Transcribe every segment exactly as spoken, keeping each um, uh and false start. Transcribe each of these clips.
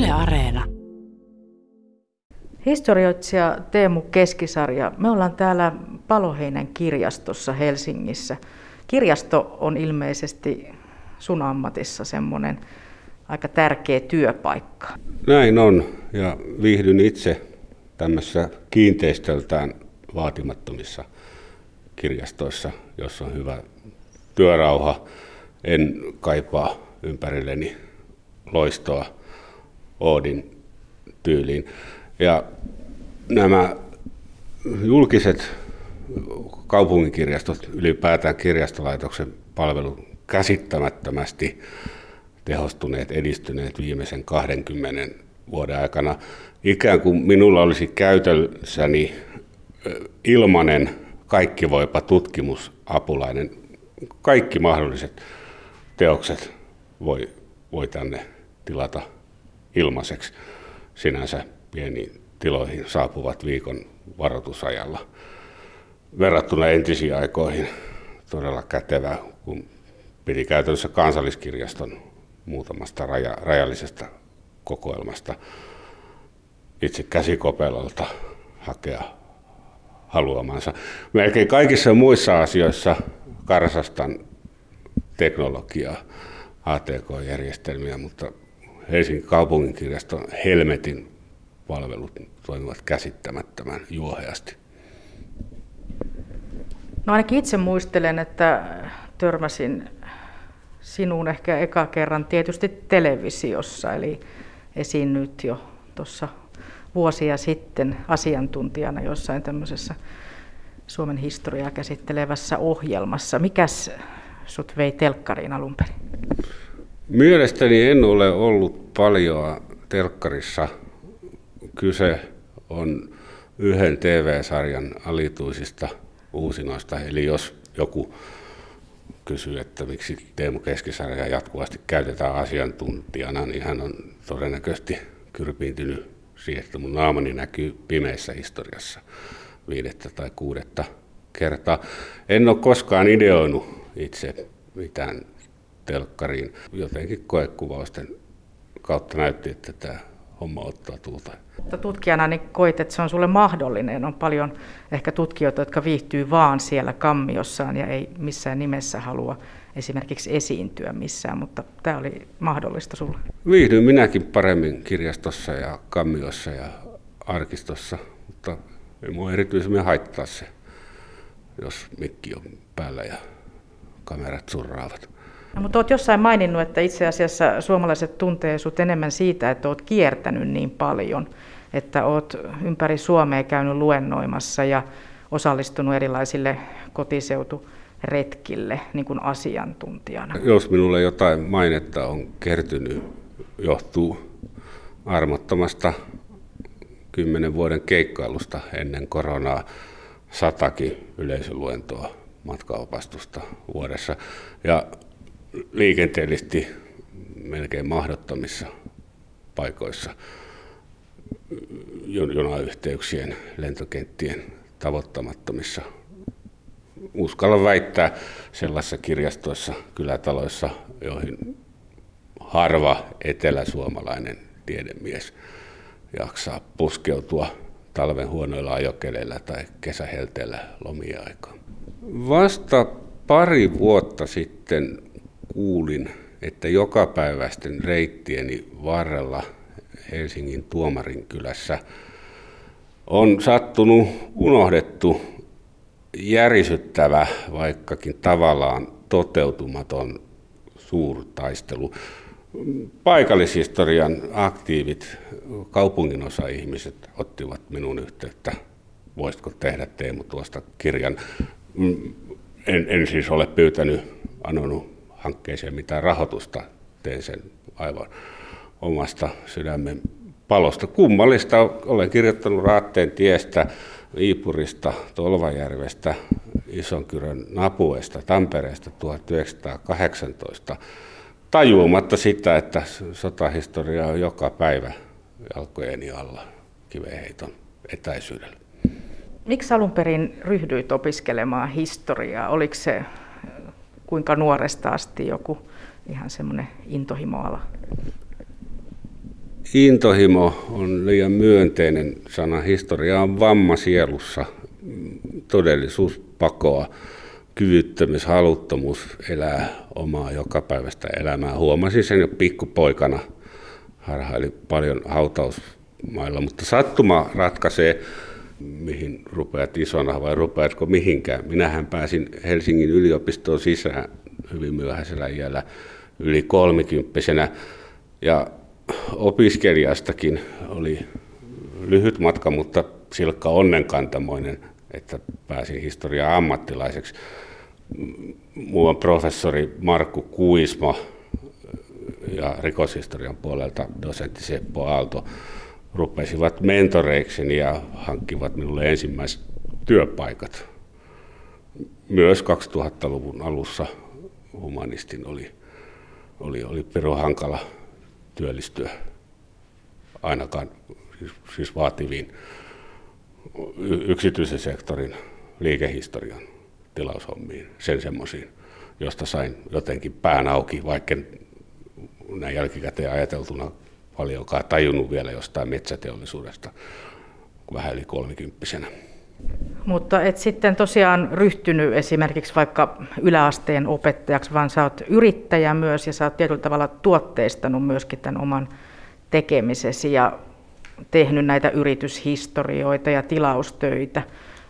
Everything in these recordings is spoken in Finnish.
Yle Areena. Historioitsija Teemu Keskisarja, me ollaan täällä Paloheinän kirjastossa Helsingissä. Kirjasto on ilmeisesti sun ammatissa semmoinen aika tärkeä työpaikka. Näin on, ja viihdyn itse tämmöisissä kiinteistöltään vaatimattomissa kirjastoissa, jossa on hyvä työrauha. En kaipaa ympärilleni loistoa Oodin tyyliin. Ja nämä julkiset kaupunkikirjastot, ylipäätään kirjastolaitoksen palvelut, käsittämättömästi tehostuneet, edistyneet viimeisen kahdenkymmenen vuoden aikana. Ikään kuin minulla olisi käytössäni ilmainen kaikkivoipa tutkimusapulainen. Kaikki mahdolliset teokset voi, voi tänne tilata ilmaiseksi. Sinänsä pieniin tiloihin saapuvat viikon varoitusajalla. Verrattuna entisiin aikoihin todella kätevää, kun piti käytännössä Kansalliskirjaston muutamasta raja, rajallisesta kokoelmasta itse käsikopelolta hakea haluamansa. Melkein kaikissa muissa asioissa karsastan teknologiaa, A T K-järjestelmiä, mutta Helsingin kaupunginkirjaston helmetin palvelut toimivat käsittämättömän juoheasti. No ainakin itse muistelen, että törmäsin sinuun ehkä eka kerran tietysti televisiossa, eli esiinnyt jo tuossa vuosia sitten asiantuntijana jossain tämmöisessä Suomen historiaa käsittelevässä ohjelmassa. Mikäs sut vei telkkariin alun perin? Mielestäni en ole ollut paljon telkkarissa. Kyse on yhden T V-sarjan alituisista uusinoista. Eli jos joku kysyy, että miksi Teemu Keskisarja jatkuvasti käytetään asiantuntijana, niin hän on todennäköisesti kyrpiintynyt siihen, että mun naamani näkyy pimeässä historiassa viidettä tai kuudetta kertaa. En ole koskaan ideoinut itse mitään telkkariin. Jotenkin koekuvausten kautta näytti, että tämä homma ottaa tuulta. Tutkijana niin koit, että se on sulle mahdollinen. On paljon ehkä tutkijoita, jotka viihtyy vaan siellä kammiossaan ja ei missään nimessä halua esimerkiksi esiintyä missään, mutta tämä oli mahdollista sulle. Viihdyin minäkin paremmin kirjastossa ja kammiossa ja arkistossa, mutta ei mua erityisemmin haittaa se, jos mikki on päällä ja kamerat surraavat. No, mutta olet jossain maininnut, että itse asiassa suomalaiset tuntee sut enemmän siitä, että olet kiertänyt niin paljon, että olet ympäri Suomea käynyt luennoimassa ja osallistunut erilaisille kotiseuturetkille niin kuin asiantuntijana. Jos minulle jotain mainetta on kertynyt, johtuu armottomasta kymmenen vuoden keikkailusta ennen koronaa, satakin yleisöluentoa, matkaopastusta vuodessa ja liikenteellisesti melkein mahdottomissa paikoissa junayhteyksien, lentokenttien tavoittamattomissa. Uskallan väittää sellaisissa kirjastoissa, kylätaloissa, joihin harva eteläsuomalainen tiedemies jaksaa puskeutua talven huonoilla ajokeleillä tai kesähelteillä lomien aikaan. Vasta pari vuotta sitten kuulin, että jokapäiväisten reittieni varrella Helsingin Tuomarinkylässä on sattunut unohdettu järisyttävä, vaikkakin tavallaan toteutumaton suurtaistelu. Paikallishistorian aktiivit kaupunginosa-ihmiset ottivat minun yhteyttä. Voisitko tehdä, Teemu, tuosta kirjan? En, en siis ole pyytänyt, anonut hankkeeseen mitään rahoitusta. Tein sen aivan omasta sydämen palosta. Kummallista, olen kirjoittanut Raatteen tiestä, Viipurista, Tolvajärvestä, Isonkyrön Napuesta, Tampereesta tuhatyhdeksänsataakahdeksantoista, tajuamatta sitä, että sotahistoria on joka päivä jalkojeni alla kiveenheiton etäisyydellä. Miksi alun perin ryhdyit opiskelemaan historiaa? Oliko se kuinka nuoresta asti joku ihan semmoinen intohimoala? intohimo on liian myönteinen sana. Historia on vamma sielussa, todellisuus pakoa, kyvyttömyys, haluttomuus elää omaa jokapäiväistä elämää. Huomasin sen jo pikkupoikana, harhaili paljon hautausmailla, mutta sattuma ratkaisee, mihin rupeat isona vai rupeatko mihinkään. Minähän pääsin Helsingin yliopistoon sisään hyvin myöhäisellä iällä, yli kolmikymppisenä, ja opiskelijastakin oli lyhyt matka, mutta silkka onnenkantamoinen, että pääsin historian ammattilaiseksi. Muuan professori Markku Kuisma ja rikoshistorian puolelta dosentti Seppo Aalto rupesivat mentoreikseni ja hankkivat minulle ensimmäiset työpaikat. Myös kaksituhattaluvun alussa humanistin oli, oli, oli pirun hankala työllistyä, ainakaan siis, siis vaativiin yksityisen sektorin liikehistorian tilaushommiin, sen semmoisiin, josta sain jotenkin pään auki, vaikka näin jälkikäteen ajateltuna paljonkaan tajunnut vielä jostain metsäteollisuudesta vähän yli kolmikymppisenä. Mutta et sitten tosiaan ryhtynyt esimerkiksi vaikka yläasteen opettajaksi, vaan sä oot yrittäjä myös ja sä oot tietyllä tavalla tuotteistanut myöskin tämän oman tekemisesi ja tehnyt näitä yrityshistorioita ja tilaustöitä.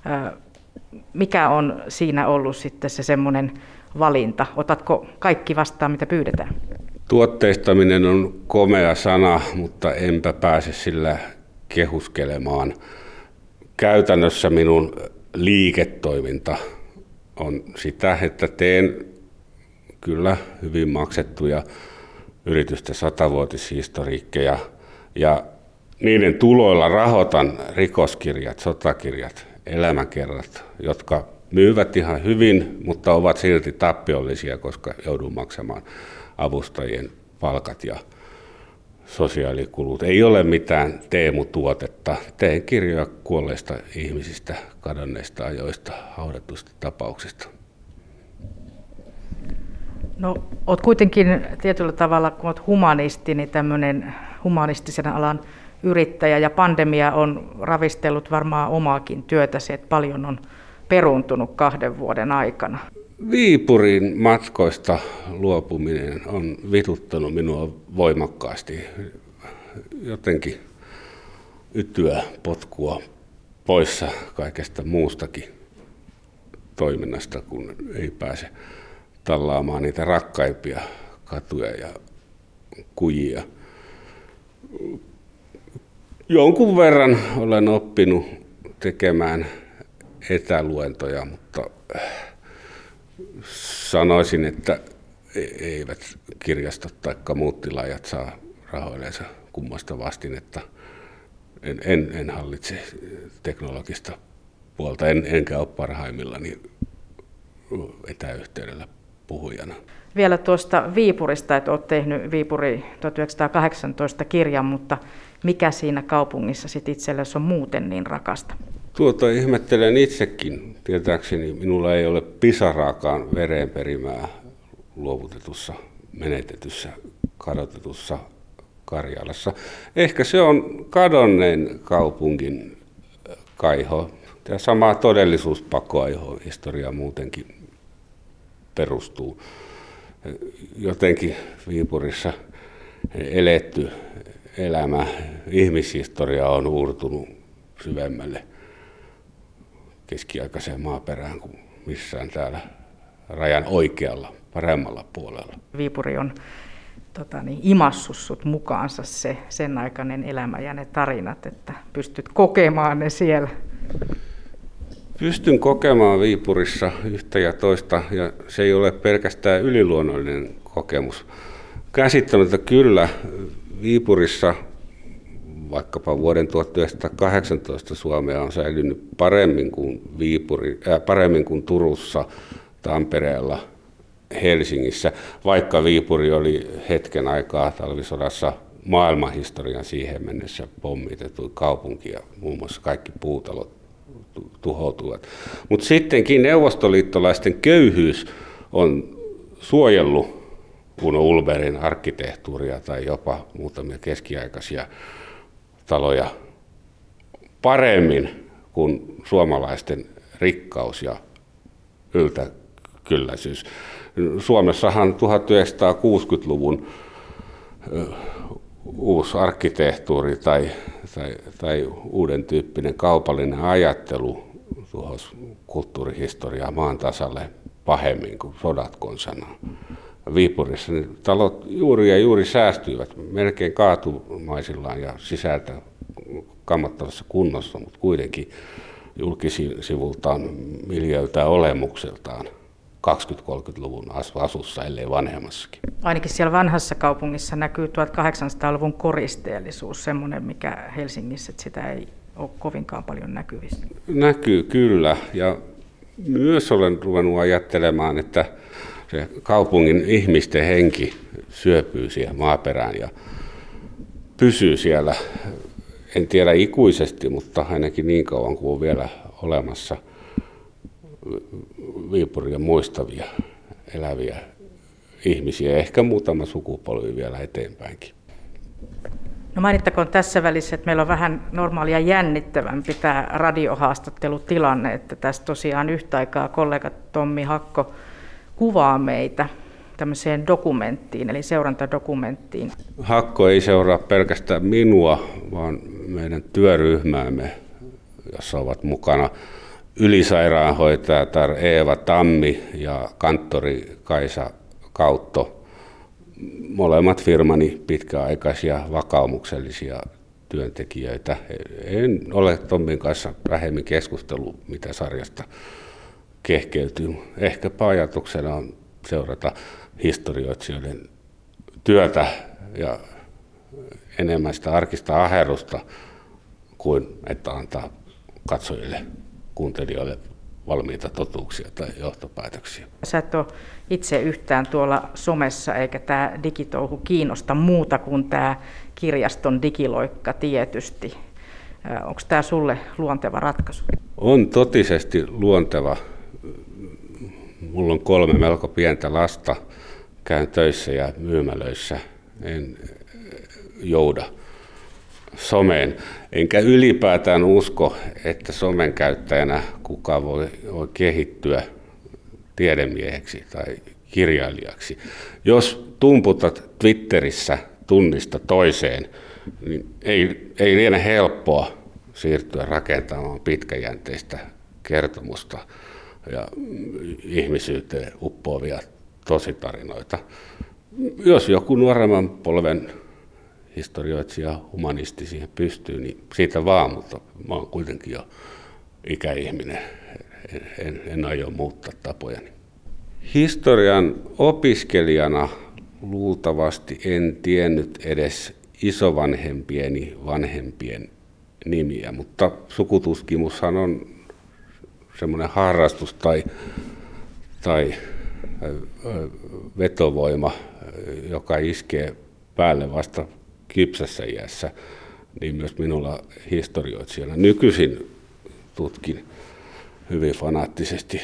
Mikä on siinä ollut sitten se semmoinen valinta? Otatko kaikki vastaan, mitä pyydetään? Tuotteistaminen on komea sana, mutta enpä pääse sillä kehuskelemaan. Käytännössä minun liiketoiminta on sitä, että teen kyllä hyvin maksettuja yritysten satavuotishistoriikkeja ja niiden tuloilla rahoitan rikoskirjat, sotakirjat, elämäkerrat, jotka myyvät ihan hyvin, mutta ovat silti tappiollisia, koska joudun maksamaan avustajien palkat ja sosiaalikulut. Ei ole mitään teemutuotetta. Teen kirjoja kuolleista ihmisistä, kadonneista ajoista, haudatuista tapauksista. No, olet kuitenkin tietyllä tavalla, kun olet humanisti, niin tämmöinen humanistisen alan yrittäjä, ja pandemia on ravistellut varmaan omaakin työtäsi, että paljon on peruuntunut kahden vuoden aikana. Viipurin matkoista luopuminen on vituttanut minua voimakkaasti. Jotenkin ytyä, potkua poissa kaikesta muustakin toiminnasta, kun ei pääse tallaamaan niitä rakkaimpia katuja ja kujia. Jonkun verran olen oppinut tekemään etäluentoja, mutta sanoisin, että eivät kirjastot tai muut tilaajat saa rahoillensa kummasta vastinetta. En, en, en hallitse teknologista puolta, en, enkä ole parhaimmillani etäyhteydellä puhujana. Vielä tuosta Viipurista, että olet tehnyt Viipuri tuhatyhdeksänsataakahdeksantoista kirjan, mutta mikä siinä kaupungissa sit itsellesi on muuten niin rakasta? Tuota ihmettelen itsekin. Tietääkseni minulla ei ole pisaraakaan verenperimää luovutetussa, menetetyssä, kadotetussa Karjalassa. Ehkä se on kadonneen kaupungin kaiho ja samaa todellisuuspakoa, johon historia muutenkin perustuu. Jotenkin Viipurissa eletty elämä, ihmishistoria on uurtunut syvemmälle keskiaikaiseen maaperään kuin missään täällä rajan oikealla, paremmalla puolella. Viipuri on tota niin, imassut sut mukaansa se sen aikainen elämä ja ne tarinat, että pystyt kokemaan ne siellä. Pystyn kokemaan Viipurissa yhtä ja toista, ja se ei ole pelkästään yliluonnollinen kokemus. Käsittämättä kyllä Viipurissa vaikkapa vuoden tuhatyhdeksänsataakahdeksantoista Suomea on säilynyt paremmin kuin, Viipuri, äh, paremmin kuin Turussa, Tampereella, Helsingissä, vaikka Viipuri oli hetken aikaa talvisodassa maailmanhistorian siihen mennessä pommitettu kaupunki ja muun muassa kaikki puutalot tuhoutuvat. Mutta sittenkin neuvostoliittolaisten köyhyys on suojellut Uno Ulberin arkkitehtuuria tai jopa muutamia keskiaikaisia taloja paremmin kuin suomalaisten rikkaus ja yltäkylläisyys. Suomessahan tuhatyhdeksänsataakuusikymmentäluvun uusi arkkitehtuuri tai, tai, tai uuden tyyppinen kaupallinen ajattelu tuohon kulttuurihistoriaa maan tasalle pahemmin kuin sodat konsanaan. Viipurissa niin talot juuri ja juuri säästyivät melkein kaatumaisillaan ja sisältä kammottavassa kunnossa, mutta kuitenkin julkisivultaan, miljöiltään, olemukseltaan kaksikymmentä-kolmekymmentäluvun asussa, ellei vanhemmassakin. Ainakin siellä vanhassa kaupungissa näkyy tuhatkahdeksansataaluvun koristeellisuus, semmoinen mikä Helsingissä, että sitä ei ole kovinkaan paljon näkyvissä. Näkyy kyllä, ja myös olen ruvennut ajattelemaan, että se kaupungin ihmisten henki syöpyy siihen maaperään ja pysyy siellä, en tiedä ikuisesti, mutta ainakin niin kauan kuin on vielä olemassa Viipuria muistavia, eläviä ihmisiä, ehkä muutama sukupolvi vielä eteenpäinkin. No mainittakoon tässä välissä, että meillä on vähän normaalia jännittävämpi tämä radiohaastattelutilanne, että tässä tosiaan yhtä aikaa kollega Tommi Hakko kuvaa meitä tämmöiseen dokumenttiin, eli seurantadokumenttiin. Hakko ei seuraa pelkästään minua, vaan meidän työryhmäämme, jossa ovat mukana ylisairaanhoitajatar Eeva Tammi ja kanttori Kaisa Kautto, molemmat firmani pitkäaikaisia vakaumuksellisia työntekijöitä. En ole Tommin kanssa vähemmin keskustellut, mitä sarjasta kehkeytyy. Ehkäpä ajatuksena on seurata historioitsijoiden työtä ja enemmän sitä arkista aherrusta kuin että antaa katsojille, kuuntelijoille valmiita totuuksia tai johtopäätöksiä. Sä et ole itse yhtään tuolla somessa, eikä tämä digitouhu kiinnosta muuta kuin tämä kirjaston digiloikka tietysti. Onko tämä sulle luonteva ratkaisu? On totisesti luonteva. Mulla on kolme melko pientä lasta, käyn töissä ja myymälöissä, en jouda someen. Enkä ylipäätään usko, että somen käyttäjänä kukaan voi, voi kehittyä tiedemieheksi tai kirjailijaksi. Jos tumputat Twitterissä tunnista toiseen, niin ei, ei liene helppoa siirtyä rakentamaan pitkäjänteistä kertomusta ja ihmisyyteen uppoavia tositarinoita. Jos joku nuoremman polven historioitsija, humanisti siihen pystyy, niin siitä vaan, mutta mä oon kuitenkin jo ikäihminen, en, en, en aio muuttaa tapojani. Historian opiskelijana luultavasti en tiennyt edes isovanhempieni vanhempien nimiä, mutta sukututkimushan on semmoinen harrastus tai, tai vetovoima, joka iskee päälle vasta kypsässä iässä, niin myös minulla historioitsijana. Nykyisin tutkin hyvin fanaattisesti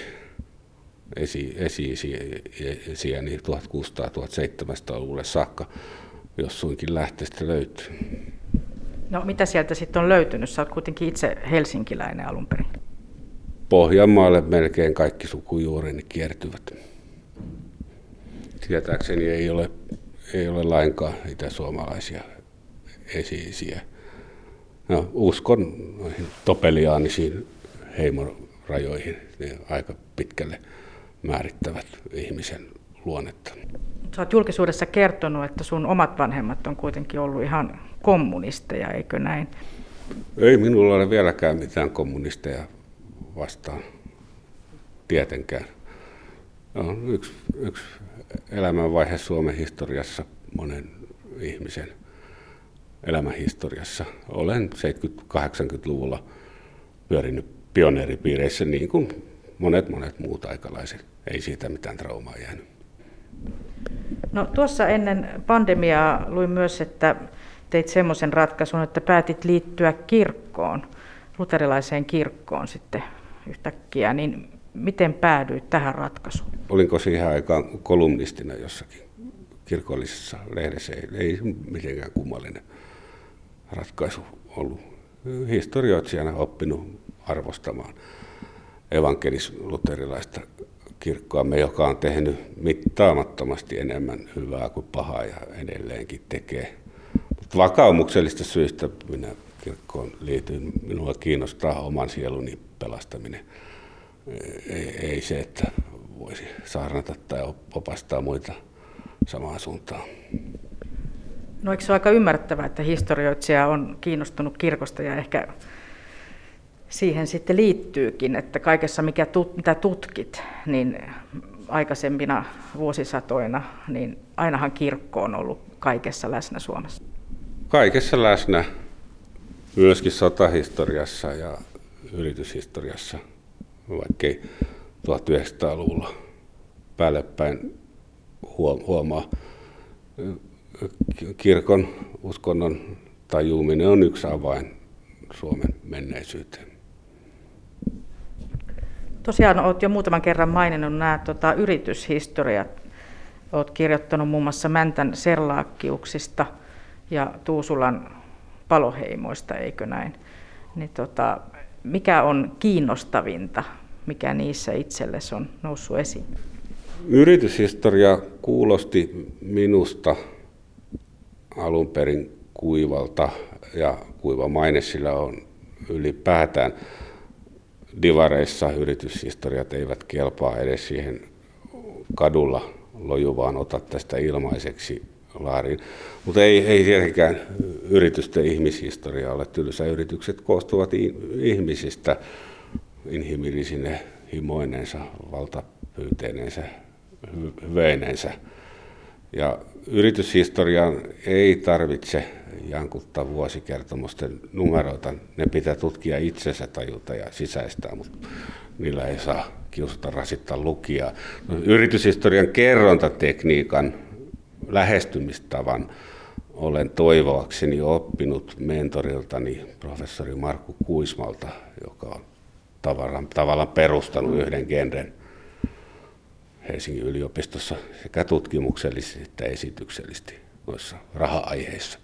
esi-isiäni tuhatkuusisataa-tuhatseitsemänsataa-luvulle saakka, jos suinkin lähteestä löytyy. No mitä sieltä sitten on löytynyt? Sä oot kuitenkin itse helsinkiläinen alun perin. Pohjanmaalle melkein kaikki sukujuurini kiertyvät. Tietääkseni ei ole, ei ole lainkaan itäsuomalaisia esi-isiä. No, uskon noihin topeliaanisiin heimorajoihin, ne aika pitkälle määrittävät ihmisen luonnetta. Sä oot julkisuudessa kertonut, että sun omat vanhemmat on kuitenkin ollut ihan kommunisteja, eikö näin? Ei minulla ole vieläkään mitään kommunisteja vastaan, tietenkään. No, yksi, yksi elämänvaihe Suomen historiassa, monen ihmisen elämänhistoriassa. Olen seitsemänkymmentä-kahdeksankymmentäluvulla pyörinyt pioneeripiireissä niin kuin monet monet muut aikalaiset. Ei siitä mitään traumaa jäänyt. No, tuossa ennen pandemiaa luin myös, että teit semmoisen ratkaisun, että päätit liittyä kirkkoon, luterilaiseen kirkkoon sitten yhtäkkiä. Niin miten päädyit tähän ratkaisuun? Olinko siihen aikaan kolumnistina jossakin kirkollisessa lehdessä. Ei, ei mitenkään kummallinen ratkaisu ollut. Historioitsijana oppinut arvostamaan evankelis-luterilaista kirkkoamme, joka on tehnyt mittaamattomasti enemmän hyvää kuin pahaa ja edelleenkin tekee. Mutta vakaumuksellista syistä minä kirkkoon liityin. Minua kiinnostaa oman sieluni pelastaminen. Ei, ei se, että voisi saarnata tai opastaa muita samaan suuntaan. No eikö se ole aika ymmärrettävää, että historioitsija on kiinnostunut kirkosta ja ehkä siihen sitten liittyykin, että kaikessa mikä tut, mitä tutkit, niin aikaisempina vuosisatoina, niin ainahan kirkko on ollut kaikessa läsnä Suomessa. Kaikessa läsnä, myöskin sotahistoriassa ja yrityshistoriassa, vaikkei tuhatyhdeksänsataaluvulla päälle päin huomaa. Kirkon uskonnon tajuuminen on yksi avain Suomen menneisyyteen. Tosiaan olet jo muutaman kerran maininnut nämä tota, yrityshistoriat. Olet kirjoittanut muun muassa Mäntän serlaakkiuksista ja Tuusulan paloheimoista, eikö näin? Niin, tota, mikä on kiinnostavinta, mikä niissä itsellesi on noussut esiin? Yrityshistoria kuulosti minusta alun perin kuivalta, ja kuiva maine sillä on ylipäätään. Divareissa yrityshistoriat eivät kelpaa edes siihen kadulla lojuvaan ota tästä ilmaiseksi laariin. Mutta ei, ei tietenkään yritysten ihmishistoria ole tylsä. Yritykset koostuvat ihmisistä inhimillisine himoineensa, valtapyyteinensä, hyveinensä. Ja yrityshistoriaan ei tarvitse jankuttaa vuosikertomusten numeroita. Ne pitää tutkia itsensä, tajuta ja sisäistää, mutta niillä ei saa kiusata rasittaa lukijaa. No, yrityshistorian kerrontatekniikan lähestymistavan olen toivoakseni oppinut mentoriltani professori Markku Kuismalta, joka on tavallaan, tavallaan perustanut yhden genren Helsingin yliopistossa sekä tutkimuksellisesti että esityksellisesti noissa raha-aiheissa.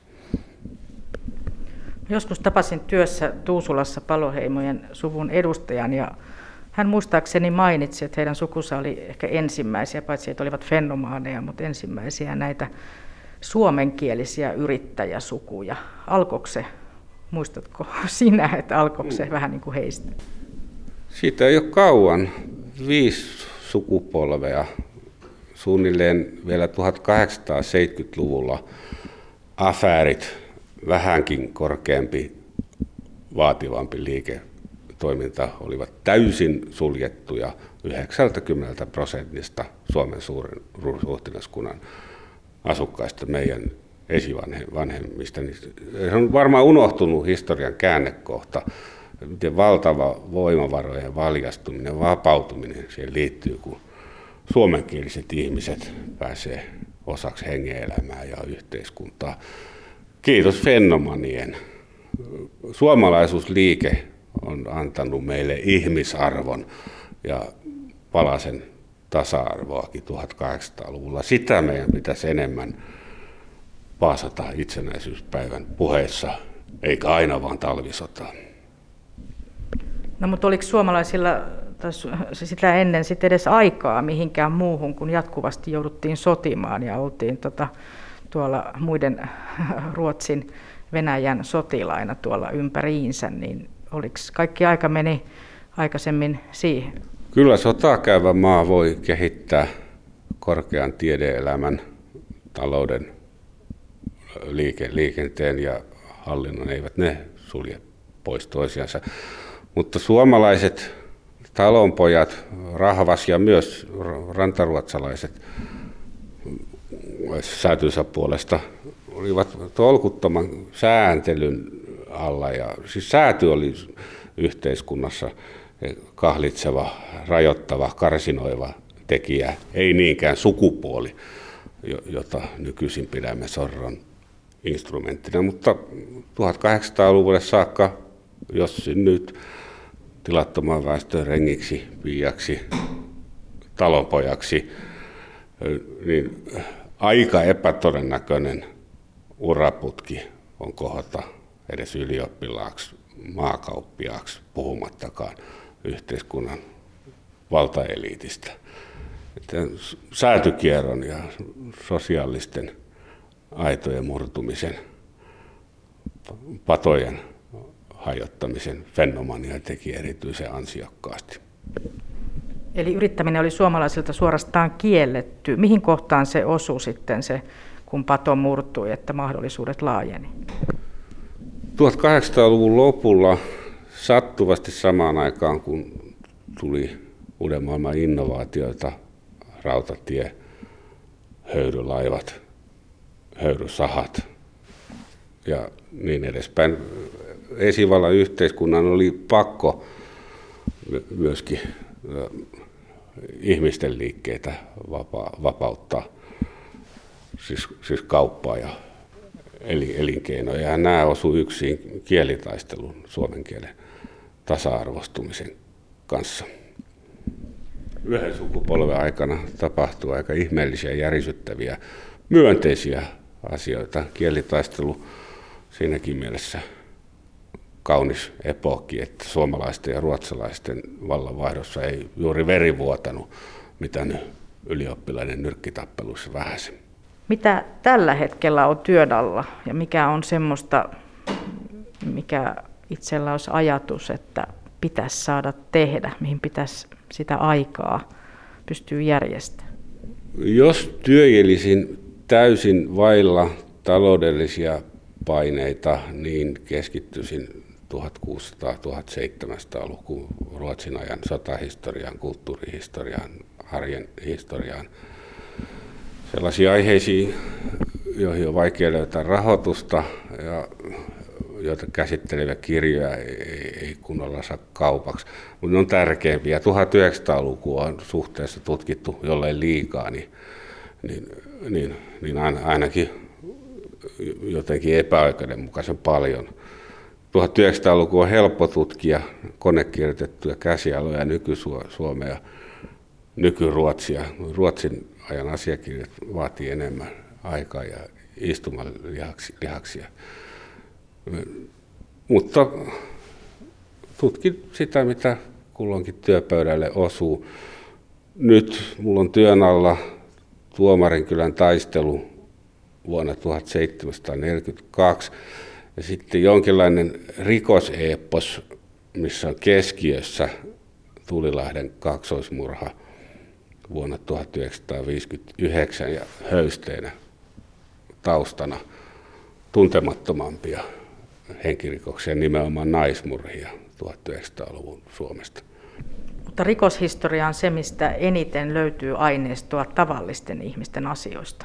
Joskus tapasin työssä Tuusulassa paloheimojen suvun edustajan ja hän muistaakseni mainitsi, että heidän sukunsa oli ehkä ensimmäisiä, paitsi että olivat fennomaaneja, mutta ensimmäisiä näitä suomenkielisiä yrittäjäsukuja. Alkoiko se, muistatko sinä, että alkoiko se vähän niin kuin heistä? Siitä ei ole kauan, viisi sukupolvea, suunnilleen vielä tuhatkahdeksansataaseitsemänkymmentäluvulla afäärit, vähänkin korkeampi, vaativampi liiketoiminta olivat täysin suljettuja yhdeksänkymmentä prosentista Suomen suuren ruhtinaskunnan asukkaista, meidän esivanhemmista. Se on varmaan unohtunut historian käännekohta, miten valtava voimavarojen valjastuminen, vapautuminen siihen liittyy, kun suomenkieliset ihmiset pääsee osaksi hengen-elämää ja yhteiskuntaa. Kiitos fennomanien. Suomalaisuusliike on antanut meille ihmisarvon ja palasen tasa-arvoakin tuhatkahdeksansataaluvulla. Sitä meidän pitäisi enemmän paasata itsenäisyyspäivän puheissa, eikä aina vaan talvisotaan. No, mutta oliko suomalaisilla sitä ennen sitten edes aikaa mihinkään muuhun, kun jatkuvasti jouduttiin sotimaan ja oltiin tota, tuolla muiden Ruotsin, Venäjän sotilaina tuolla ympäriinsä, niin oliko kaikki aika meni aikaisemmin siihen? Kyllä sotaa käyvä maa voi kehittää korkean tiede-elämän, talouden, liike, liikenteen ja hallinnon, eivät ne sulje pois toisiansa. Mutta suomalaiset talonpojat, rahvas ja myös rantaruotsalaiset säätynsä puolesta olivat tolkuttoman sääntelyn alla. Ja siis sääty oli yhteiskunnassa kahlitseva, rajoittava, karsinoiva tekijä, ei niinkään sukupuoli, jota nykyisin pidämme sorron instrumenttina. Mutta tuhatkahdeksansataaluvulle saakka, jos synnyt tilattoman väestön rengiksi, piiaksi, talonpojaksi, niin aika epätodennäköinen uraputki on kohota edes ylioppilaaksi, maakauppiaaksi, puhumattakaan yhteiskunnan valtaeliitistä. Että säätykierron ja sosiaalisten aitojen murtumisen, patojen hajottamisen fenomania teki erityisen ansiokkaasti. Eli yrittäminen oli suomalaisilta suorastaan kielletty. Mihin kohtaan se osui sitten se, kun pato murtui, että mahdollisuudet laajeni? tuhatkahdeksansataaluvun lopulla sattuvasti samaan aikaan, kun tuli uuden maailman innovaatioita, rautatie, höyrylaivat, höyrysahat ja niin edespäin. Esivallan yhteiskunnan oli pakko myöskin ihmisten liikkeitä vapa- vapauttaa, siis, siis kauppaa ja elinkeinoja. Ja nämä osuivat yksin kielitaistelun suomen kielen tasa-arvostumisen kanssa. Yhden sukupolven aikana tapahtui aika ihmeellisiä, järisyttäviä, myönteisiä asioita. Kielitaistelu siinäkin mielessä kaunis epookki, että suomalaisten ja ruotsalaisten vallanvaihdossa ei juuri veri vuotanut, mitä nyt ylioppilaiden nyrkkitappeluissa vähäsen. Mitä tällä hetkellä on työn alla ja mikä on semmoista, mikä itsellä olisi ajatus, että pitäisi saada tehdä, mihin pitäisi sitä aikaa pystyä järjestämään? Jos työjelisin täysin vailla taloudellisia paineita, niin keskittyisin tuhatkuusisataa-tuhatseitsemänsataa-luvun Ruotsin ajan sotahistoriaan, kulttuurihistoriaan, arjen historiaan. Sellaisiin aiheisiin, joihin on vaikea löytää rahoitusta ja joita käsitteleviä kirjoja ei, ei kunnolla saa kaupaksi, mutta ne on tärkeimpiä. tuhatyhdeksänsataaluku on suhteessa tutkittu jollei liikaa, niin, niin, niin, niin ainakin jotenkin epäoikeudenmukaisen paljon. tuhatyhdeksänsataaluku on helppo tutkia konekirjoitettuja käsialoja nyky-Suomea, nyky-Ruotsia. Ruotsin ajan asiakirjat vaatii enemmän aikaa ja istumalihaksia. Mutta tutkin sitä, mitä kulloinkin työpöydälle osuu. Nyt minulla on työn alla Tuomarinkylän taistelu vuonna tuhatseitsemänsataaneljäkymmentäkaksi ja sitten jonkinlainen rikoseepos, missä on keskiössä Tulilahden kaksoismurha vuonna tuhatyhdeksänsataaviisikymmentäyhdeksän ja höysteenä taustana tuntemattomampia henkirikoksia, nimenomaan naismurhia tuhatyhdeksänsataaluvun Suomesta. Mutta rikoshistoria on se, mistä eniten löytyy aineistoa tavallisten ihmisten asioista.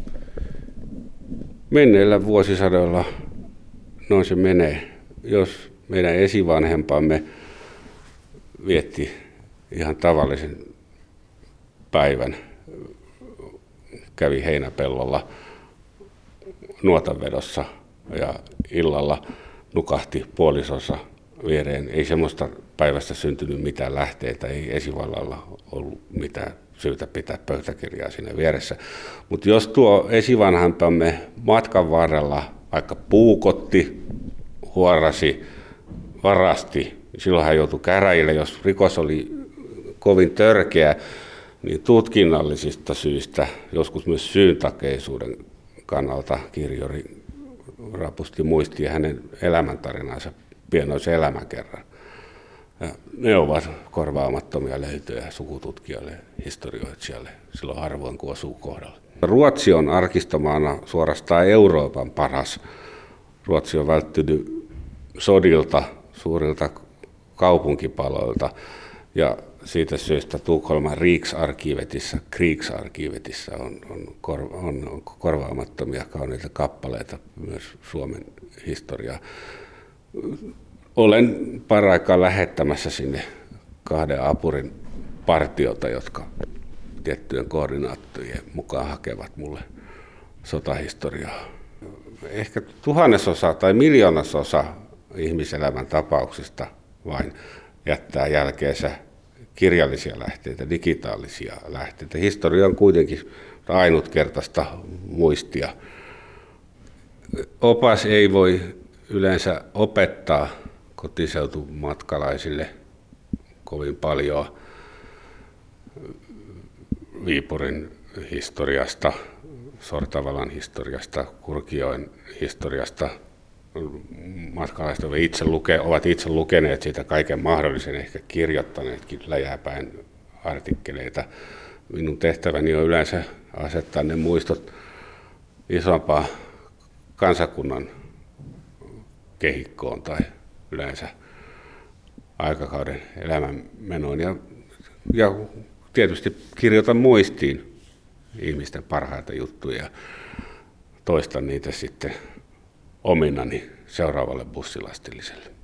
Menneillä vuosisadoilla noin se menee. Jos meidän esivanhempamme vietti ihan tavallisen päivän, kävi heinäpellolla nuotanvedossa ja illalla nukahti puolisonsa viereen. Ei semmoista päivästä syntynyt mitään lähteitä, ei esivallalla ollut mitään syytä pitää pöytäkirjaa siinä vieressä. Mutta jos tuo esivanhempamme matkan varrella vaikka puukotti, huorasi, varasti, niin silloin hän joutui käräjille. Jos rikos oli kovin törkeä, niin tutkinnallisista syistä, joskus myös syyntakeisuuden kannalta kirjuri rapusti muistiin hänen elämäntarinansa pienoisen elämäkerran. Ja ne ovat korvaamattomia löytöjä sukututkijalle, historioitsijalle, silloin harvoin kun osuu kohdalle. Ruotsi on arkistomaana suorastaan Euroopan paras. Ruotsi on välttynyt sodilta, suurilta kaupunkipaloilta ja siitä syystä Tukholman Riksarkivetissa, Krigsarkivetissa on, on, kor, on, on korvaamattomia kauniita kappaleita myös Suomen historiaa. Olen paraikaa lähettämässä sinne kahden apurin partiota, jotka tiettyjen koordinaattojen mukaan hakevat mulle sotahistoriaa. Ehkä tuhannesosa tai miljoonasosa ihmiselämän tapauksista vain jättää jälkeensä kirjallisia lähteitä, digitaalisia lähteitä. Historia on kuitenkin ainutkertaista muistia. Opas ei voi yleensä opettaa kotiseutumatkalaisille kovin paljon Viipurin historiasta, Sortavalan historiasta, Kurkijoen historiasta. Matkalaiset ovat itse, luke, ovat itse lukeneet siitä kaiken mahdollisen, ehkä kirjoittaneetkin läjäpäin artikkeleita. Minun tehtäväni on yleensä asettaa ne muistot isompaa kansakunnan kehikkoon tai yleensä aikakauden elämänmenoon. Ja, ja tietysti kirjoitan muistiin ihmisten parhaita juttuja ja toistan niitä sitten ominani seuraavalle bussilastilliselle.